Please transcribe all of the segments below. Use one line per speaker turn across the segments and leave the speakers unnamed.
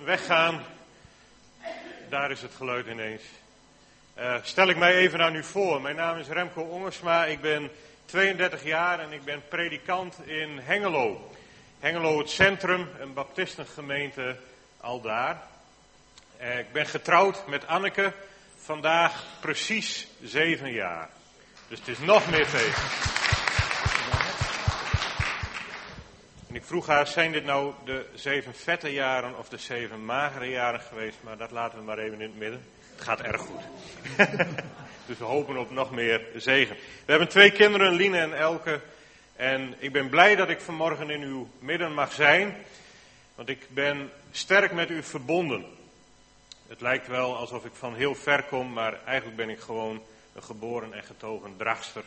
weggaan, daar is het geluid ineens. Stel ik mij even aan u voor. Mijn naam is Remco Ongersma, ik ben 32 jaar en ik ben predikant in Hengelo. Hengelo het centrum, een baptistengemeente aldaar. Ik ben getrouwd met Anneke, vandaag precies 7 jaar. Dus het is nog meer feest. En ik vroeg haar, zijn dit nou de 7 vette jaren of de 7 magere jaren geweest? Maar dat laten we maar even in het midden. Het gaat erg goed. Dus we hopen op nog meer zegen. We hebben 2 kinderen, Line en Elke. En ik ben blij dat ik vanmorgen in uw midden mag zijn. Want ik ben sterk met u verbonden. Het lijkt wel alsof ik van heel ver kom, maar eigenlijk ben ik gewoon een geboren en getogen Drachtster.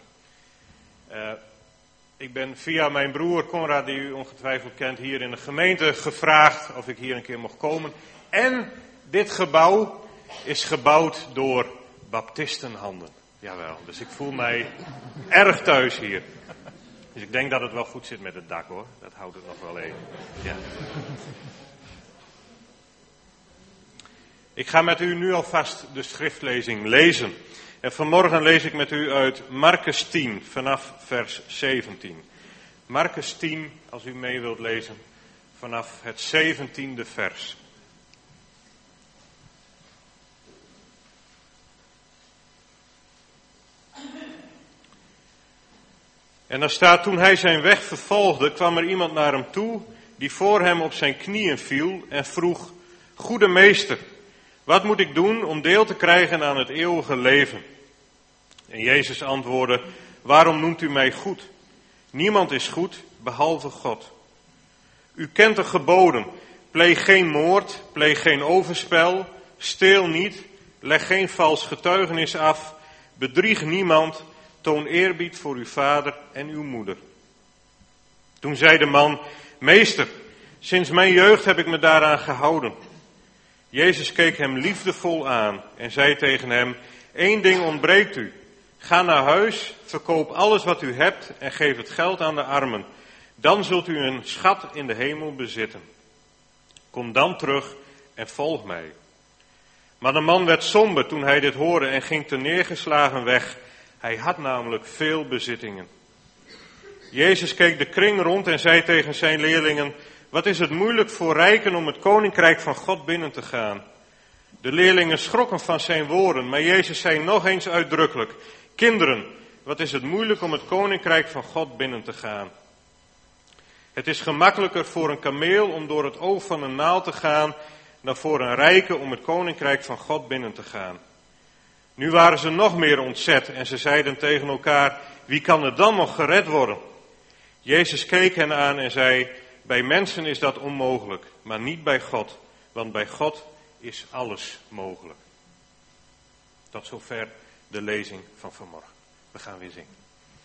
Ik ben via mijn broer Konrad, die u ongetwijfeld kent, hier in de gemeente gevraagd of ik hier een keer mocht komen. En dit gebouw is gebouwd door baptistenhanden. Jawel, dus ik voel mij erg thuis hier. Dus ik denk dat het wel goed zit met het dak hoor, dat houdt het nog wel even. Ja. Ik ga met u nu alvast de schriftlezing lezen. En vanmorgen lees ik met u uit Markus 10 vanaf vers 17. Markus 10, als u mee wilt lezen, vanaf het 17e vers. En daar staat, toen hij zijn weg vervolgde, kwam er iemand naar hem toe, die voor hem op zijn knieën viel en vroeg, goede meester, wat moet ik doen om deel te krijgen aan het eeuwige leven? En Jezus antwoordde, waarom noemt u mij goed? Niemand is goed, behalve God. U kent de geboden, pleeg geen moord, pleeg geen overspel, steel niet, leg geen vals getuigenis af, bedrieg niemand, toon eerbied voor uw vader en uw moeder. Toen zei de man, meester, sinds mijn jeugd heb ik me daaraan gehouden. Jezus keek hem liefdevol aan en zei tegen hem, 1 ding ontbreekt u. Ga naar huis, verkoop alles wat u hebt en geef het geld aan de armen. Dan zult u een schat in de hemel bezitten. Kom dan terug en volg mij. Maar de man werd somber toen hij dit hoorde en ging terneergeslagen weg. Hij had namelijk veel bezittingen. Jezus keek de kring rond en zei tegen zijn leerlingen, wat is het moeilijk voor rijken om het koninkrijk van God binnen te gaan? De leerlingen schrokken van zijn woorden, maar Jezus zei nog eens uitdrukkelijk, kinderen, wat is het moeilijk om het koninkrijk van God binnen te gaan? Het is gemakkelijker voor een kameel om door het oog van een naald te gaan, dan voor een rijke om het koninkrijk van God binnen te gaan. Nu waren ze nog meer ontzet en ze zeiden tegen elkaar, wie kan er dan nog gered worden? Jezus keek hen aan en zei, bij mensen is dat onmogelijk, maar niet bij God, want bij God is alles mogelijk. Tot zover de lezing van vanmorgen. We gaan weer zingen.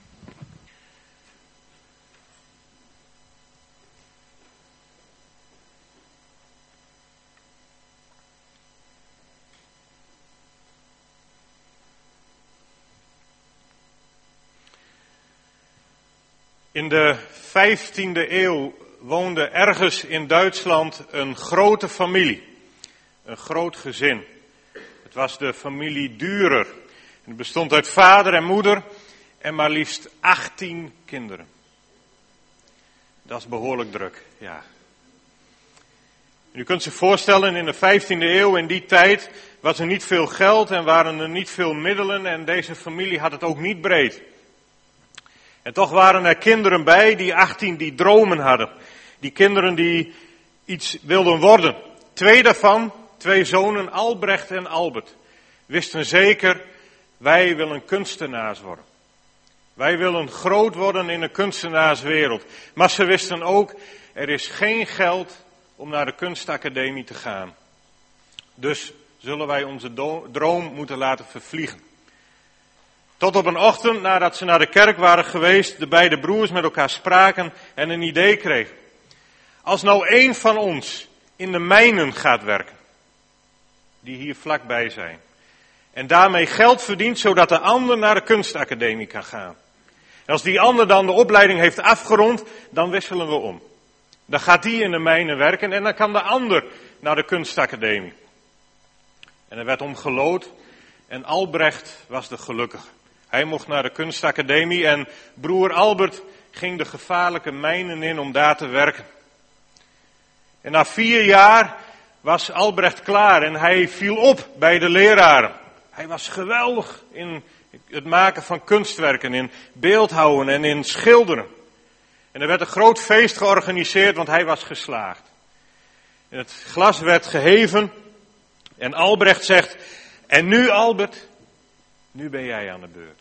In de 15e eeuw woonde ergens in Duitsland een grote familie, een groot gezin. Het was de familie Dürer. Het bestond uit vader en moeder en maar liefst 18 kinderen. Dat is behoorlijk druk, ja. En u kunt zich voorstellen, in de 15e eeuw, in die tijd, was er niet veel geld en waren er niet veel middelen en deze familie had het ook niet breed. En toch waren er kinderen bij, die 18 die dromen hadden. Die kinderen die iets wilden worden. 2 daarvan, 2 zonen, Albrecht en Albert, wisten zeker, wij willen kunstenaars worden. Wij willen groot worden in de kunstenaarswereld. Maar ze wisten ook, er is geen geld om naar de kunstacademie te gaan. Dus zullen wij onze droom moeten laten vervliegen. Tot op een ochtend, nadat ze naar de kerk waren geweest, de beide broers met elkaar spraken en een idee kregen. Als nou 1 van ons in de mijnen gaat werken, die hier vlakbij zijn, en daarmee geld verdient, zodat de ander naar de kunstacademie kan gaan. En als die ander dan de opleiding heeft afgerond, dan wisselen we om. Dan gaat die in de mijnen werken en dan kan de ander naar de kunstacademie. En er werd om geloot en Albrecht was de gelukkige. Hij mocht naar de kunstacademie en broer Albert ging de gevaarlijke mijnen in om daar te werken. En na 4 jaar was Albrecht klaar en hij viel op bij de leraren. Hij was geweldig in het maken van kunstwerken, in beeldhouwen en in schilderen. En er werd een groot feest georganiseerd, want hij was geslaagd. En het glas werd geheven en Albrecht zegt, en nu Albert, nu ben jij aan de beurt.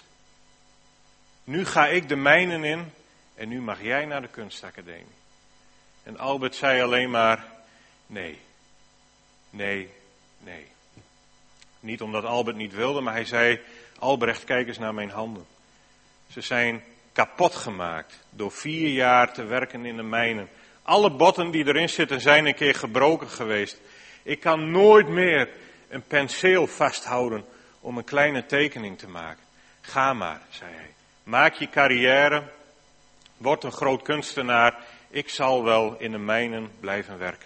Nu ga ik de mijnen in en nu mag jij naar de kunstacademie. En Albert zei alleen maar, nee, nee, nee. Niet omdat Albert niet wilde, maar hij zei, Albrecht, kijk eens naar mijn handen. Ze zijn kapot gemaakt door 4 jaar te werken in de mijnen. Alle botten die erin zitten zijn een keer gebroken geweest. Ik kan nooit meer een penseel vasthouden om een kleine tekening te maken. Ga maar, zei hij. Maak je carrière, word een groot kunstenaar. Ik zal wel in de mijnen blijven werken.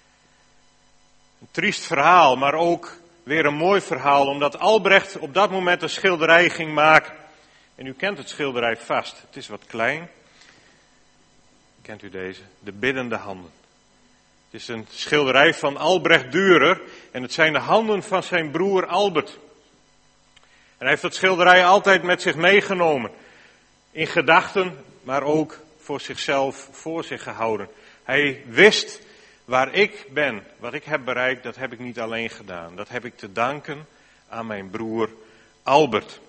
Een triest verhaal, maar ook weer een mooi verhaal, omdat Albrecht op dat moment een schilderij ging maken. En u kent het schilderij vast. Het is wat klein. Kent u deze? De biddende handen. Het is een schilderij van Albrecht Dürer en het zijn de handen van zijn broer Albert. En hij heeft dat schilderij altijd met zich meegenomen. In gedachten, maar ook voor zichzelf voor zich gehouden. Hij wist, waar ik ben, wat ik heb bereikt, dat heb ik niet alleen gedaan. Dat heb ik te danken aan mijn broer Albert.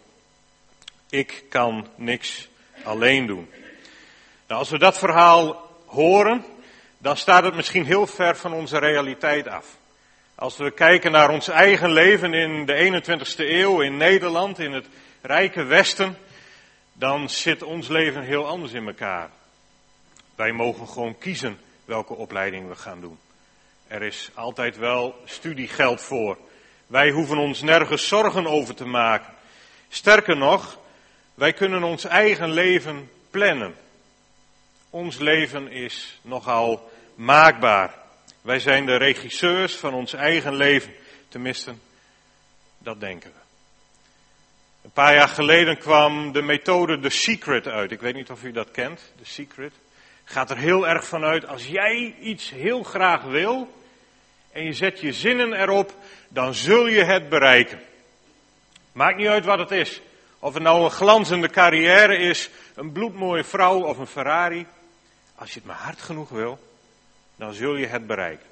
Ik kan niks alleen doen. Nou, als we dat verhaal horen, dan staat het misschien heel ver van onze realiteit af. Als we kijken naar ons eigen leven in de 21ste eeuw, in Nederland, in het rijke Westen, dan zit ons leven heel anders in elkaar. Wij mogen gewoon kiezen welke opleiding we gaan doen. Er is altijd wel studiegeld voor. Wij hoeven ons nergens zorgen over te maken. Sterker nog, wij kunnen ons eigen leven plannen. Ons leven is nogal maakbaar. Wij zijn de regisseurs van ons eigen leven. Tenminste, dat denken we. Een paar jaar geleden kwam de methode The Secret uit. Ik weet niet of u dat kent, The Secret. Gaat er heel erg van uit, als jij iets heel graag wil en je zet je zinnen erop, dan zul je het bereiken. Maakt niet uit wat het is. Of het nou een glanzende carrière is, een bloedmooie vrouw of een Ferrari. Als je het maar hard genoeg wil, dan zul je het bereiken.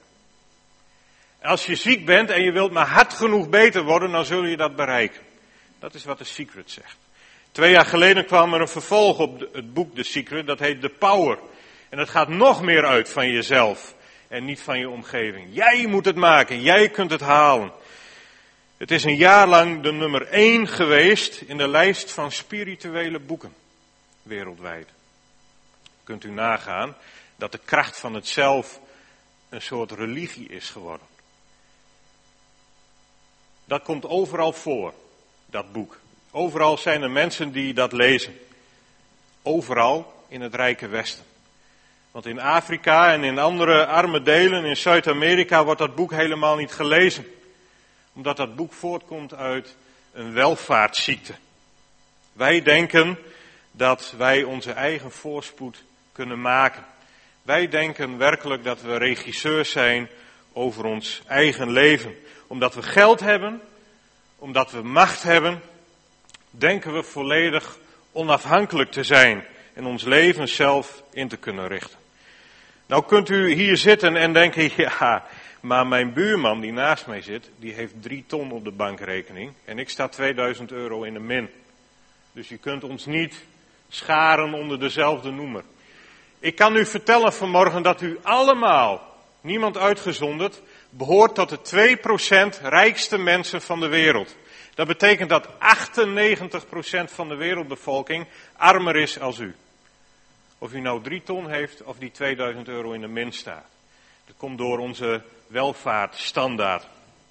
Als je ziek bent en je wilt maar hard genoeg beter worden, dan zul je dat bereiken. Dat is wat The Secret zegt. 2 jaar geleden kwam er een vervolg op het boek The Secret, dat heet The Power. En dat gaat nog meer uit van jezelf en niet van je omgeving. Jij moet het maken, jij kunt het halen. Het is een jaar lang de nummer 1 geweest in de lijst van spirituele boeken wereldwijd. Kunt u nagaan dat de kracht van het zelf een soort religie is geworden. Dat komt overal voor, dat boek. Overal zijn er mensen die dat lezen. Overal in het rijke Westen. Want in Afrika en in andere arme delen in Zuid-Amerika wordt dat boek helemaal niet gelezen. Omdat dat boek voortkomt uit een welvaartsziekte. Wij denken dat wij onze eigen voorspoed kunnen maken. Wij denken werkelijk dat we regisseurs zijn over ons eigen leven. Omdat we geld hebben, omdat we macht hebben, denken we volledig onafhankelijk te zijn en ons leven zelf in te kunnen richten. Nou kunt u hier zitten en denken, ja, maar mijn buurman die naast mij zit, die heeft 3 ton op de bankrekening en ik sta 2000 euro in de min. Dus je kunt ons niet scharen onder dezelfde noemer. Ik kan u vertellen vanmorgen dat u allemaal, niemand uitgezonderd, behoort tot de 2% rijkste mensen van de wereld. Dat betekent dat 98% van de wereldbevolking armer is als u. Of u nou 3 ton heeft of die 2000 euro in de min staat. Dat komt door onze welvaartsstandaard.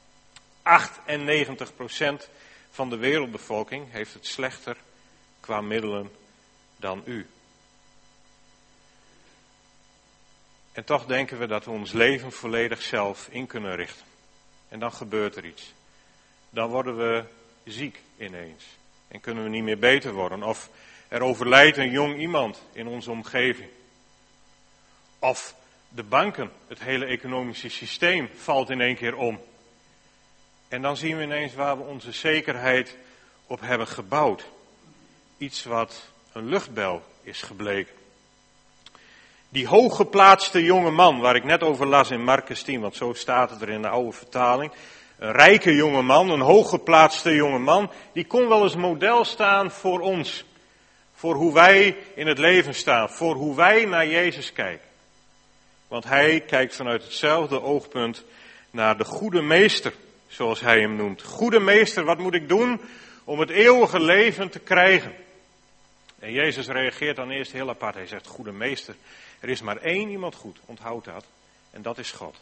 98% van de wereldbevolking heeft het slechter qua middelen dan u. En toch denken we dat we ons leven volledig zelf in kunnen richten. En dan gebeurt er iets. Dan worden we ziek ineens. En kunnen we niet meer beter worden. Of er overlijdt een jong iemand in onze omgeving. Of de banken, het hele economische systeem valt in één keer om. En dan zien we ineens waar we onze zekerheid op hebben gebouwd. Iets wat een luchtbel is gebleken. Die hooggeplaatste jonge man, waar ik net over las in Markus 10, want zo staat het er in de oude vertaling. Een rijke jonge man, een hooggeplaatste jonge man, die kon wel eens model staan voor ons. Voor hoe wij in het leven staan, voor hoe wij naar Jezus kijken. Want hij kijkt vanuit hetzelfde oogpunt naar de goede meester, zoals hij hem noemt. Goede meester, wat moet ik doen om het eeuwige leven te krijgen? En Jezus reageert dan eerst heel apart. Hij zegt, goede meester, er is maar één iemand goed, onthoud dat. En dat is God.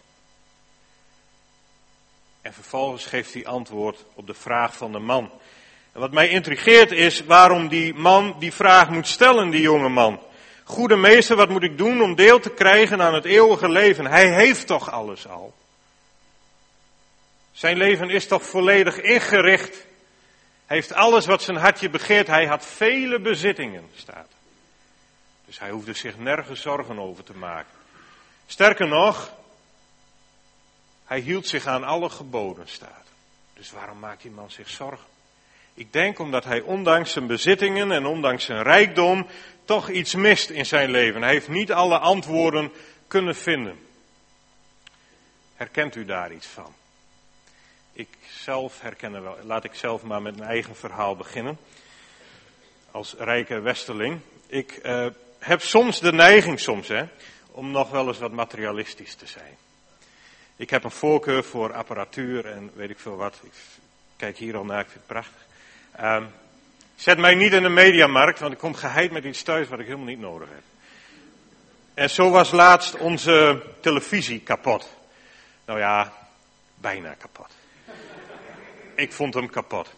En vervolgens geeft hij antwoord op de vraag van de man. En wat mij intrigeert is waarom die man die vraag moet stellen, die jonge man. Goede meester, wat moet ik doen om deel te krijgen aan het eeuwige leven? Hij heeft toch alles al? Zijn leven is toch volledig ingericht? Hij heeft alles wat zijn hartje begeert. Hij had vele bezittingen, staat. Dus hij hoefde zich nergens zorgen over te maken. Sterker nog, hij hield zich aan alle geboden, staat. Dus waarom maakt die man zich zorgen? Ik denk omdat hij ondanks zijn bezittingen en ondanks zijn rijkdom toch iets mist in zijn leven. Hij heeft niet alle antwoorden kunnen vinden. Herkent u daar iets van? Ik zelf herken er wel. Laat ik zelf maar met mijn eigen verhaal beginnen. Als rijke westerling. Ik heb soms de neiging om nog wel eens wat materialistisch te zijn. Ik heb een voorkeur voor apparatuur en weet ik veel wat. Ik kijk hier al naar, ik vind het prachtig. Zet mij niet in de mediamarkt, want ik kom geheid met iets thuis wat ik helemaal niet nodig heb. En zo was laatst onze televisie kapot. Nou ja, bijna kapot. Ik vond hem kapot.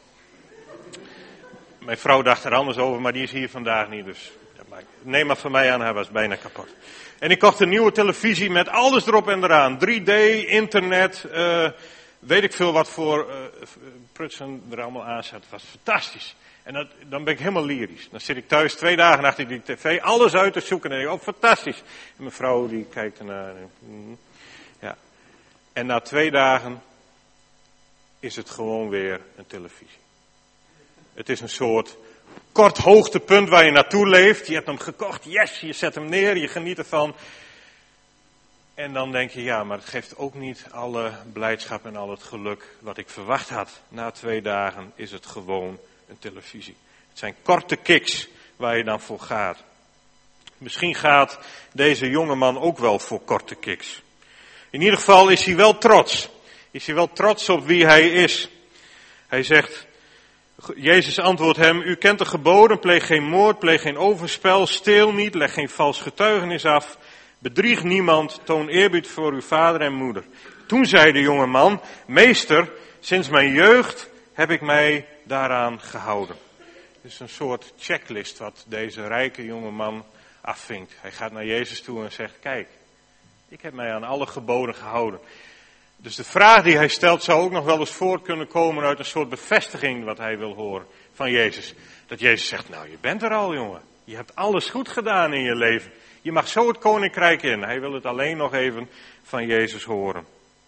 Mijn vrouw dacht er anders over, maar die is hier vandaag niet. Dus neem maar van mij aan, hij was bijna kapot. En ik kocht een nieuwe televisie met alles erop en eraan. 3D, internet, weet ik veel wat voor prutsen er allemaal aan zat. Het was fantastisch. En dan ben ik helemaal lyrisch. Dan zit ik thuis 2 dagen achter die tv, alles uit te zoeken. En denk ik, oh fantastisch. En mijn vrouw die kijkt ernaar. Ja. En na 2 dagen is het gewoon weer een televisie. Het is een soort kort hoogtepunt waar je naartoe leeft. Je hebt hem gekocht, yes, je zet hem neer, je geniet ervan. En dan denk je, ja, maar het geeft ook niet alle blijdschap en al het geluk wat ik verwacht had. Na 2 dagen is het gewoon een televisie. Het zijn korte kicks waar je dan voor gaat. Misschien gaat deze jongeman ook wel voor korte kicks. In ieder geval is hij wel trots. Is hij wel trots op wie hij is. Hij zegt, Jezus antwoordt hem, u kent de geboden, pleeg geen moord, pleeg geen overspel, steel niet, leg geen vals getuigenis af, bedrieg niemand, toon eerbied voor uw vader en moeder. Toen zei de jonge man, meester, sinds mijn jeugd heb ik mij daaraan gehouden. Het is een soort checklist wat deze rijke jonge man afvinkt. Hij gaat naar Jezus toe en zegt, kijk, ik heb mij aan alle geboden gehouden. Dus de vraag die hij stelt zou ook nog wel eens voort kunnen komen uit een soort bevestiging wat hij wil horen van Jezus. Dat Jezus zegt, nou je bent er al jongen. Je hebt alles goed gedaan in je leven. Je mag zo het koninkrijk in. Hij wil het alleen nog even van Jezus horen.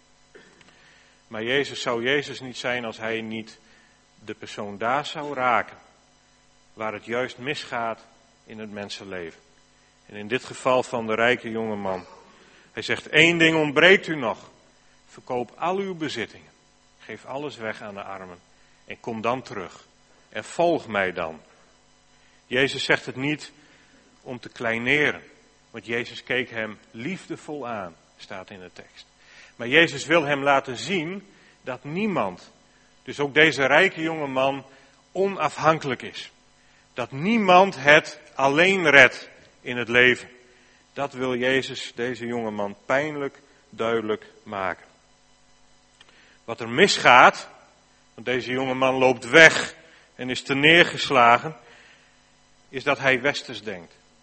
Maar Jezus zou Jezus niet zijn als hij niet de persoon daar zou raken. Waar het juist misgaat in het mensenleven. En in dit geval van de rijke jongeman. Hij zegt, 1 ding ontbreekt u nog. Verkoop al uw bezittingen. Geef alles weg aan de armen. En kom dan terug. En volg mij dan. Jezus zegt het niet om te kleineren. Want Jezus keek hem liefdevol aan, staat in de tekst. Maar Jezus wil hem laten zien dat niemand, dus ook deze rijke jongeman, onafhankelijk is. Dat niemand het alleen redt in het leven. Dat wil Jezus deze jongeman pijnlijk duidelijk maken. Wat er misgaat, want deze jongeman loopt weg en is te neergeslagen, is dat hij westers denkt.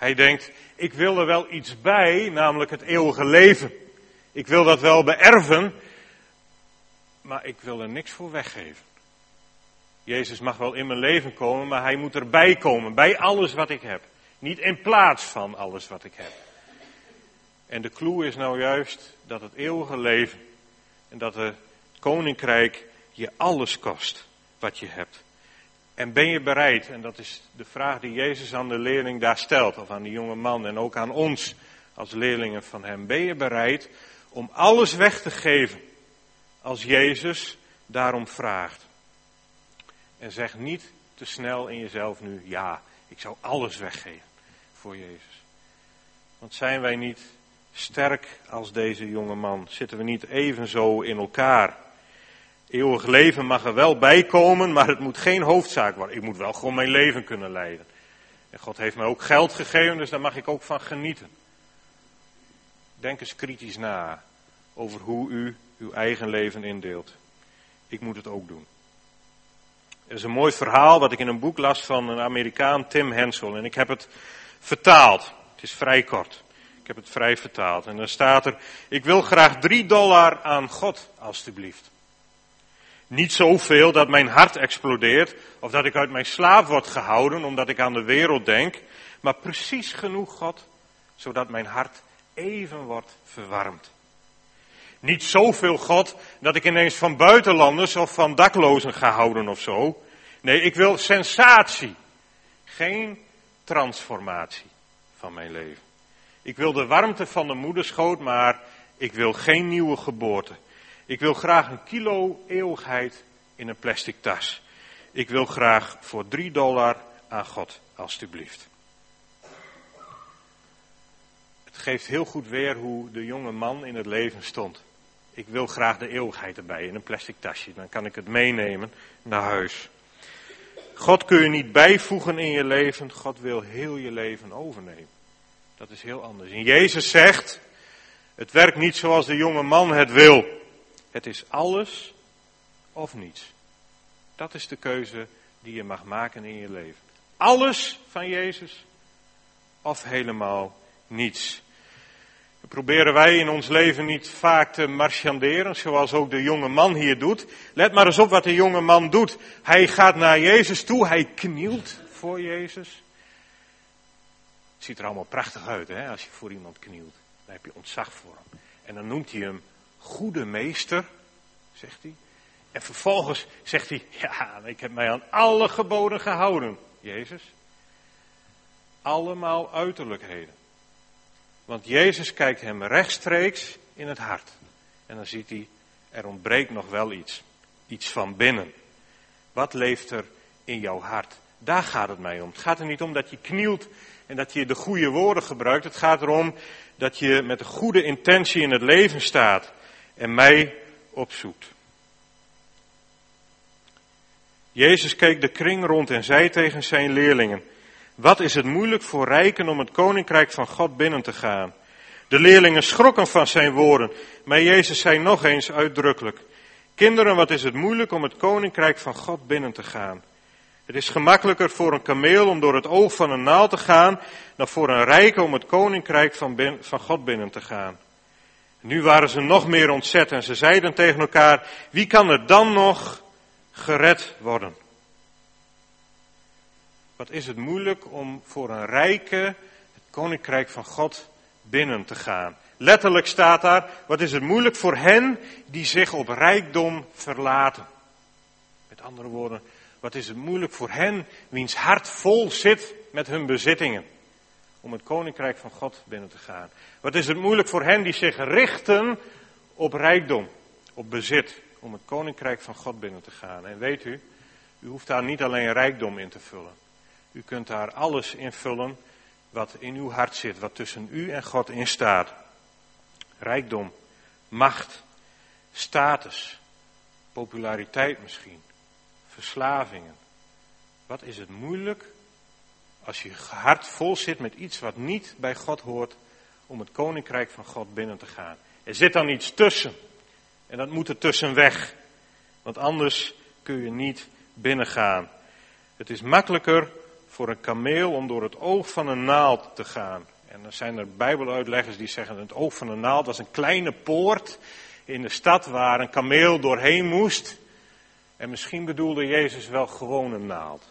Hij denkt, ik wil er wel iets bij, namelijk het eeuwige leven. Ik wil dat wel beërven, maar ik wil er niks voor weggeven. Jezus mag wel in mijn leven komen, maar hij moet erbij komen, bij alles wat ik heb. Niet in plaats van alles wat ik heb. En de clue is nou juist dat het eeuwige leven en dat het koninkrijk je alles kost wat je hebt. En ben je bereid, en dat is de vraag die Jezus aan de leerling daar stelt, of aan die jonge man en ook aan ons als leerlingen van hem. Ben je bereid om alles weg te geven als Jezus daarom vraagt? En zeg niet te snel in jezelf nu, ja, ik zou alles weggeven voor Jezus. Want zijn wij niet sterk als deze jonge man? Zitten we niet evenzo in elkaar? Eeuwig leven mag er wel bij komen, maar het moet geen hoofdzaak worden. Ik moet wel gewoon mijn leven kunnen leiden. En God heeft mij ook geld gegeven, dus daar mag ik ook van genieten. Denk eens kritisch na over hoe u uw eigen leven indeelt. Ik moet het ook doen. Er is een mooi verhaal wat ik in een boek las van een Amerikaan, Tim Hensel. En ik heb het vertaald. Het is vrij kort. Ik heb het vrij vertaald. En dan staat er, ik wil graag $3 aan God, alstublieft. Niet zoveel dat mijn hart explodeert of dat ik uit mijn slaap word gehouden omdat ik aan de wereld denk. Maar precies genoeg, God, zodat mijn hart even wordt verwarmd. Niet zoveel, God, dat ik ineens van buitenlanders of van daklozen ga houden of zo. Nee, ik wil sensatie. Geen transformatie van mijn leven. Ik wil de warmte van de moederschoot, maar ik wil geen nieuwe geboorte. Ik wil graag 1 kilo eeuwigheid in een plastic tas. Ik wil graag voor $3 aan God, alstublieft. Het geeft heel goed weer hoe de jonge man in het leven stond. Ik wil graag de eeuwigheid erbij in een plastic tasje. Dan kan ik het meenemen naar huis. God kun je niet bijvoegen in je leven. God wil heel je leven overnemen. Dat is heel anders. En Jezus zegt, het werkt niet zoals de jonge man het wil. Het is alles of niets. Dat is de keuze die je mag maken in je leven. Alles van Jezus of helemaal niets. Proberen wij in ons leven niet vaak te marchanderen, zoals ook de jonge man hier doet. Let maar eens op wat de jonge man doet. Hij gaat naar Jezus toe, hij knielt voor Jezus. Het ziet er allemaal prachtig uit, hè, als je voor iemand knielt. Dan heb je ontzag voor hem. En dan noemt hij hem goede meester, zegt hij. En vervolgens zegt hij, ja, ik heb mij aan alle geboden gehouden, Jezus. Allemaal uiterlijkheden. Want Jezus kijkt hem rechtstreeks in het hart. En dan ziet hij, er ontbreekt nog wel iets. Iets van binnen. Wat leeft er in jouw hart? Daar gaat het mij om. Het gaat er niet om dat je knielt en dat je de goede woorden gebruikt. Het gaat erom dat je met een goede intentie in het leven staat en mij opzoekt. Jezus keek de kring rond en zei tegen zijn leerlingen, wat is het moeilijk voor rijken om het koninkrijk van God binnen te gaan? De leerlingen schrokken van zijn woorden, maar Jezus zei nog eens uitdrukkelijk, kinderen, wat is het moeilijk om het koninkrijk van God binnen te gaan? Het is gemakkelijker voor een kameel om door het oog van een naald te gaan, dan voor een rijke om het koninkrijk van God binnen te gaan. Nu waren ze nog meer ontzet en ze zeiden tegen elkaar, wie kan er dan nog gered worden? Wat is het moeilijk om voor een rijke het koninkrijk van God binnen te gaan? Letterlijk staat daar, wat is het moeilijk voor hen die zich op rijkdom verlaten? Met andere woorden, wat is het moeilijk voor hen wiens hart vol zit met hun bezittingen? Om het koninkrijk van God binnen te gaan. Wat is het moeilijk voor hen die zich richten op rijkdom, op bezit, om het koninkrijk van God binnen te gaan. En weet u, u hoeft daar niet alleen rijkdom in te vullen. U kunt daar alles invullen wat in uw hart zit, wat tussen u en God in staat. Rijkdom, macht, status, populariteit misschien, verslavingen. Wat is het moeilijk als je hart vol zit met iets wat niet bij God hoort om het koninkrijk van God binnen te gaan. Er zit dan iets tussen en dat moet er tussen weg, want anders kun je niet binnengaan. Het is makkelijker voor een kameel om door het oog van een naald te gaan. En dan zijn er bijbeluitleggers die zeggen het oog van een naald was een kleine poort in de stad waar een kameel doorheen moest. En misschien bedoelde Jezus wel gewoon een naald.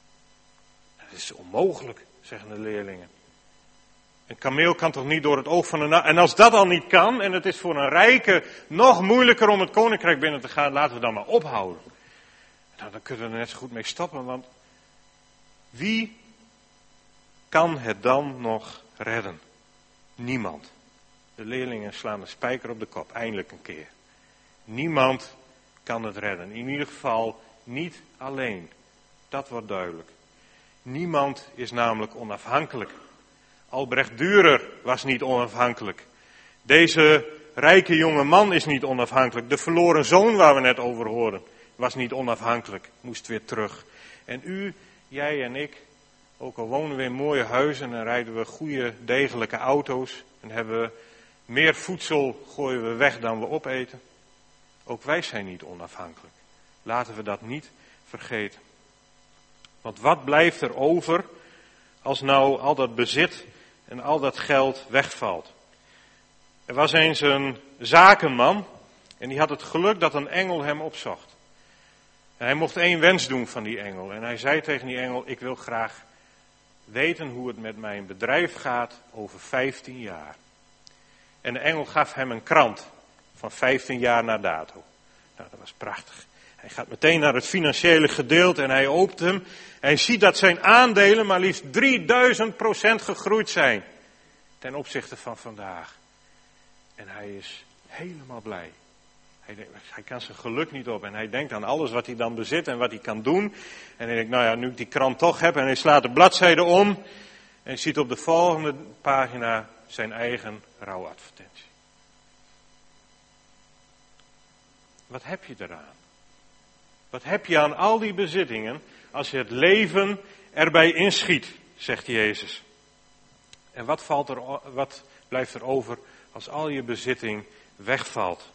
Dat is onmogelijk, zeggen de leerlingen. Een kameel kan toch niet door het oog van een naald. En als dat al niet kan, en het is voor een rijke nog moeilijker om het koninkrijk binnen te gaan, laten we dan maar ophouden. Nou, dan kunnen we er net zo goed mee stoppen, want wie kan het dan nog redden? Niemand. De leerlingen slaan de spijker op de kop, eindelijk een keer. Niemand kan het redden. In ieder geval niet alleen. Dat wordt duidelijk. Niemand is namelijk onafhankelijk. Albrecht Dürer was niet onafhankelijk. Deze rijke jonge man is niet onafhankelijk. De verloren zoon waar we net over hoorden was niet onafhankelijk. Moest weer terug. En u, jij en ik, ook al wonen we in mooie huizen en rijden we goede, degelijke auto's en hebben we meer voedsel, gooien we weg dan we opeten. Ook wij zijn niet onafhankelijk. Laten we dat niet vergeten. Want wat blijft er over als nou al dat bezit en al dat geld wegvalt? Er was eens een zakenman en die had het geluk dat een engel hem opzocht. En hij mocht 1 wens doen van die engel. En hij zei tegen die engel, ik wil graag weten hoe het met mijn bedrijf gaat over 15 jaar. En de engel gaf hem een krant van 15 jaar na dato. Nou, dat was prachtig. Hij gaat meteen naar het financiële gedeelte en hij opent hem. En hij ziet dat zijn aandelen maar liefst 3000% gegroeid zijn. Ten opzichte van vandaag. En hij is helemaal blij. Hij kan zijn geluk niet op. En hij denkt aan alles wat hij dan bezit en wat hij kan doen. En hij denkt, nou ja, nu ik die krant toch heb. En hij slaat de bladzijde om. En hij ziet op de volgende pagina zijn eigen rouwadvertentie. Wat heb je eraan? Wat heb je aan al die bezittingen als je het leven erbij inschiet, zegt Jezus. En wat blijft er over als al je bezitting wegvalt?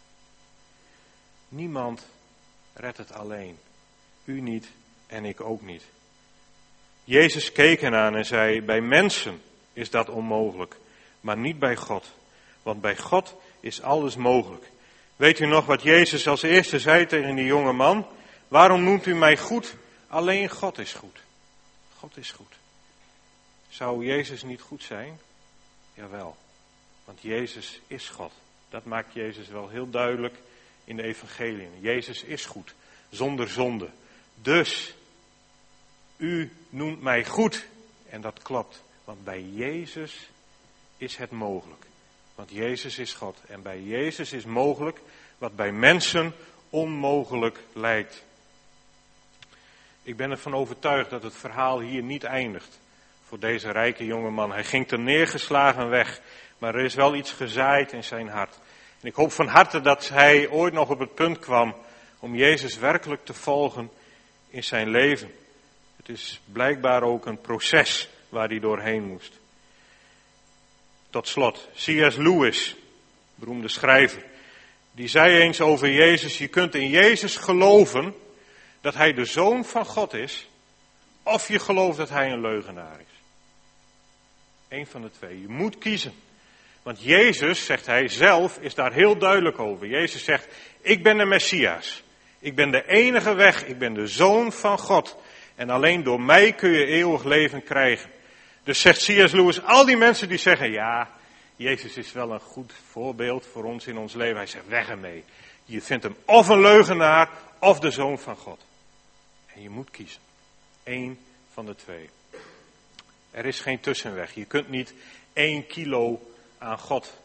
Niemand redt het alleen. U niet en ik ook niet. Jezus keek hen aan en zei, bij mensen is dat onmogelijk, maar niet bij God. Want bij God is alles mogelijk. Weet u nog wat Jezus als eerste zei tegen die jonge man? Waarom noemt u mij goed? Alleen God is goed. God is goed. Zou Jezus niet goed zijn? Jawel, want Jezus is God. Dat maakt Jezus wel heel duidelijk in de evangeliën. Jezus is goed, zonder zonde. Dus, u noemt mij goed. En dat klopt, want bij Jezus is het mogelijk. Want Jezus is God. En bij Jezus is mogelijk wat bij mensen onmogelijk lijkt. Ik ben ervan overtuigd dat het verhaal hier niet eindigt. Voor deze rijke jongeman. Hij ging ter neergeslagen weg. Maar er is wel iets gezaaid in zijn hart. En ik hoop van harte dat hij ooit nog op het punt kwam om Jezus werkelijk te volgen in zijn leven. Het is blijkbaar ook een proces waar hij doorheen moest. Tot slot, C.S. Lewis, beroemde schrijver, die zei eens over Jezus, je kunt in Jezus geloven dat hij de Zoon van God is, of je gelooft dat hij een leugenaar is. Eén van de twee. Je moet kiezen. Want Jezus, zegt hij zelf, is daar heel duidelijk over. Jezus zegt, ik ben de Messias. Ik ben de enige weg. Ik ben de Zoon van God. En alleen door mij kun je eeuwig leven krijgen. Dus zegt C.S. Lewis, al die mensen die zeggen, ja, Jezus is wel een goed voorbeeld voor ons in ons leven. Hij zegt, weg ermee. Je vindt hem of een leugenaar, of de Zoon van God. En je moet kiezen. Eén van de twee. Er is geen tussenweg. Je kunt niet 1 kilo aan God.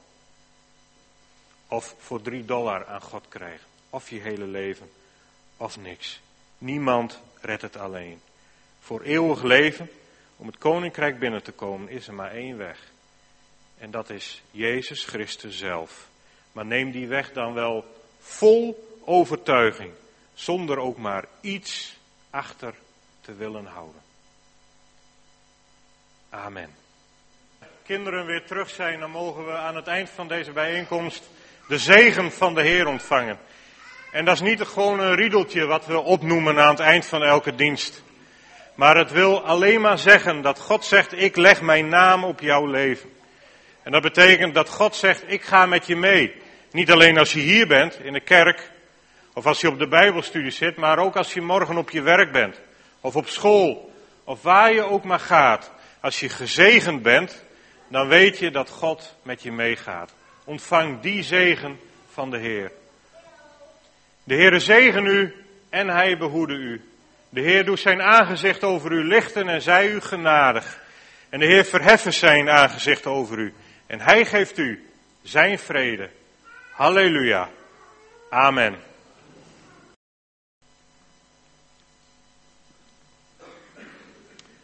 Of voor $3 aan God krijgen. Of je hele leven. Of niks. Niemand redt het alleen. Voor eeuwig leven, om het koninkrijk binnen te komen, is er maar 1 weg. En dat is Jezus Christus zelf. Maar neem die weg dan wel vol overtuiging. Zonder ook maar iets achter te willen houden. Amen. Kinderen weer terug zijn, dan mogen we aan het eind van deze bijeenkomst de zegen van de Heer ontvangen. En dat is niet gewoon een riedeltje wat we opnoemen aan het eind van elke dienst. Maar het wil alleen maar zeggen dat God zegt, ik leg mijn naam op jouw leven. En dat betekent dat God zegt, ik ga met je mee. Niet alleen als je hier bent, in de kerk, of als je op de Bijbelstudie zit, maar ook als je morgen op je werk bent. Of op school, of waar je ook maar gaat. Als je gezegend bent, dan weet je dat God met je meegaat. Ontvang die zegen van de Heer. De Heere zegen u en hij behoede u. De Heer doet zijn aangezicht over u lichten en zij u genadig. En de Heer verheffen zijn aangezicht over u. En hij geeft u zijn vrede. Halleluja. Amen.